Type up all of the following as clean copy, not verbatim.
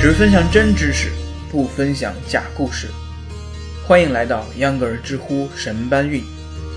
只分享真知识，不分享假故事。欢迎来到秧歌儿知乎神搬运。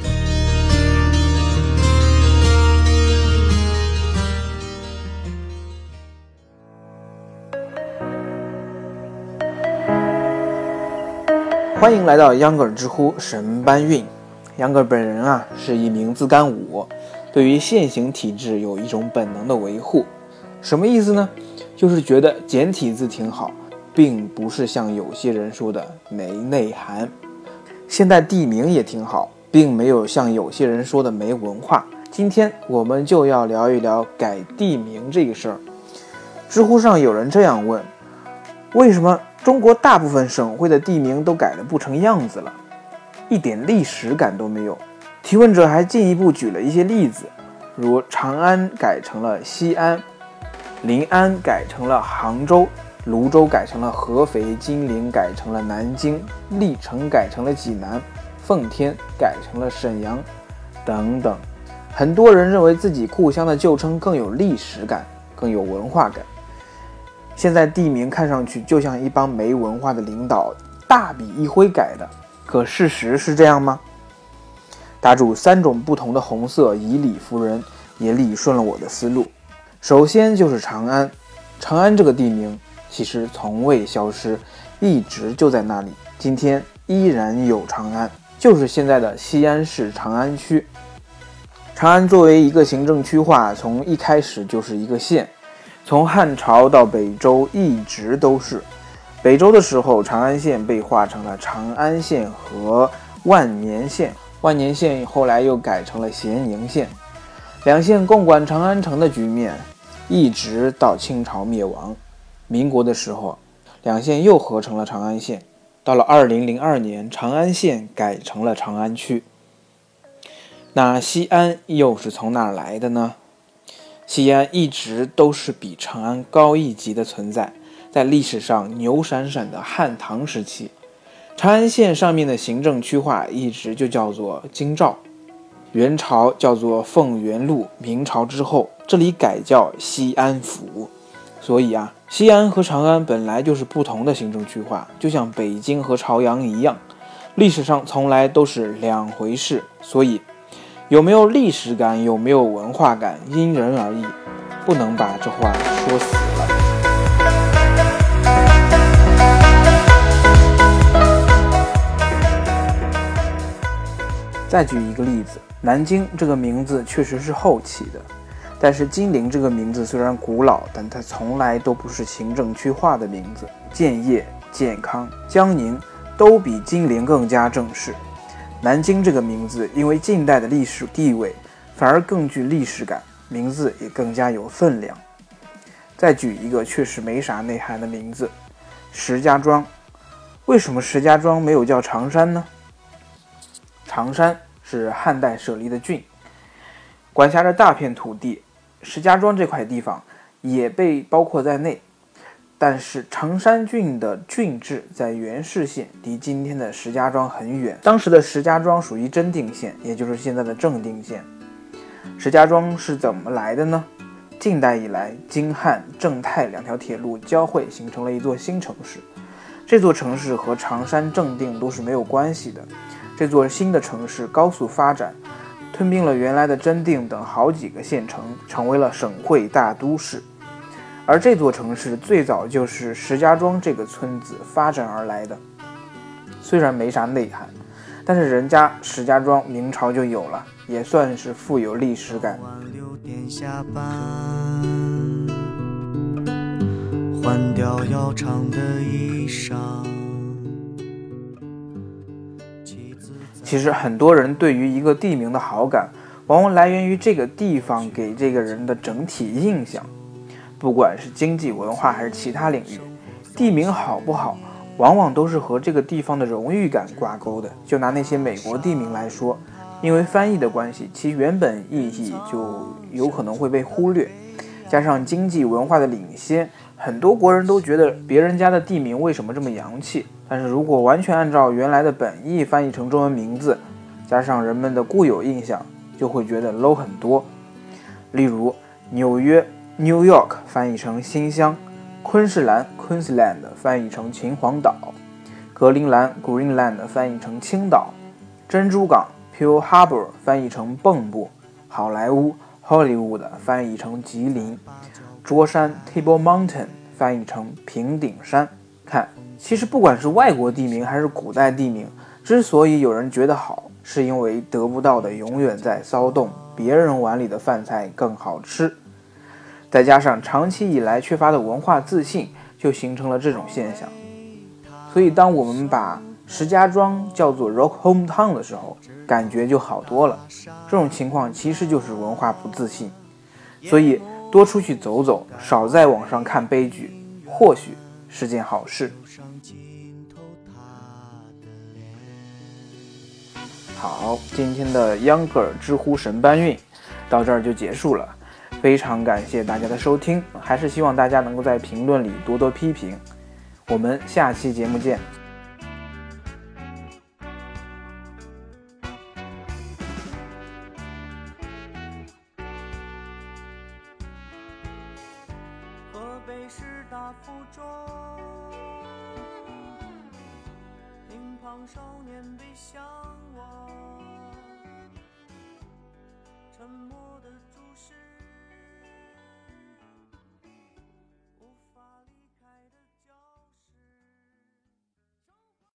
欢迎来到秧歌儿知乎神搬运。秧歌儿本人是一名自干五，对于现行体制有一种本能的维护。什么意思呢？就是觉得简体字挺好，并不是像有些人说的没内涵。现代地名也挺好，并没有像有些人说的没文化。今天我们就要聊一聊改地名这个事儿。知乎上有人这样问：为什么中国大部分省会的地名都改得不成样子了，一点历史感都没有？提问者还进一步举了一些例子，如长安改成了西安，临安改成了杭州，泸州改成了合肥，金陵改成了南京，历城改成了济南，奉天改成了沈阳，等等。很多人认为自己故乡的旧称更有历史感，更有文化感。现在地名看上去就像一帮没文化的领导大笔一挥改的，可事实是这样吗？打主3种不同的红色以理服人，也理顺了我的思路。首先就是长安，长安这个地名其实从未消失，一直就在那里，今天依然有长安，就是现在的西安市长安区。长安作为一个行政区划，从一开始就是一个县，从汉朝到北周一直都是。北周的时候，长安县被划成了长安县和万年县，万年县后来又改成了咸宁县，两县共管长安城的局面一直到清朝灭亡。民国的时候，两县又合成了长安县，到了2002年，长安县改成了长安区。那西安又是从哪儿来的呢？西安一直都是比长安高一级的存在，在历史上牛闪闪的汉唐时期，长安县上面的行政区划一直就叫做京兆，元朝叫做凤元路，明朝之后这里改叫西安府。所以西安和长安本来就是不同的行政区划，就像北京和朝阳一样，历史上从来都是两回事。所以有没有历史感，有没有文化感，因人而异，不能把这话说死了。再举一个例子，南京这个名字确实是后起的，但是金陵这个名字虽然古老，但它从来都不是行政区划的名字。建业、建康、江宁都比金陵更加正式。南京这个名字因为近代的历史地位，反而更具历史感，名字也更加有分量。再举一个确实没啥内涵的名字，石家庄。为什么石家庄没有叫常山呢？常山是汉代舍离的郡，管辖着大片土地，石家庄这块地方也被包括在内。但是常山郡的郡治在元氏县，离今天的石家庄很远。当时的石家庄属于真定县，也就是现在的正定县。石家庄是怎么来的呢？近代以来，京汉正太两条铁路交汇，形成了一座新城市。这座城市和常山、正定都是没有关系的。这座新的城市高速发展，吞并了原来的真定等好几个县城，成为了省会大都市。而这座城市最早就是石家庄这个村子发展而来的。虽然没啥内涵，但是人家石家庄明朝就有了，也算是富有历史感。换掉要长的衣裳。其实很多人对于一个地名的好感，往往来源于这个地方给这个人的整体印象。不管是经济、文化还是其他领域，地名好不好，往往都是和这个地方的荣誉感挂钩的。就拿那些美国地名来说，因为翻译的关系，其原本意义就有可能会被忽略，加上经济文化的领先，很多国人都觉得别人家的地名为什么这么洋气。但是如果完全按照原来的本意翻译成中文名字，加上人们的固有印象，就会觉得 low 很多。例如纽约 New York 翻译成新乡， 昆士兰 Queensland 翻译成秦皇岛，格陵兰 Greenland 翻译成青岛，珍珠港 Pearl Harbor 翻译成蚌埠，好莱坞 Hollywood 翻译成吉林，桌山 Table Mountain 翻译成平顶山。看，其实不管是外国地名还是古代地名，之所以有人觉得好，是因为得不到的永远在骚动，别人碗里的饭菜更好吃。再加上长期以来缺乏的文化自信，就形成了这种现象。所以当我们把石家庄叫做 Rock Hometown 的时候，感觉就好多了。这种情况其实就是文化不自信。所以多出去走走，少在网上看悲剧，或许是件好事。好，今天的秧歌尔知乎神搬运到这儿就结束了。非常感谢大家的收听，还是希望大家能够在评论里多多批评。我们下期节目见。 河北师大附中，乒乓少年背向我，沉默的注视。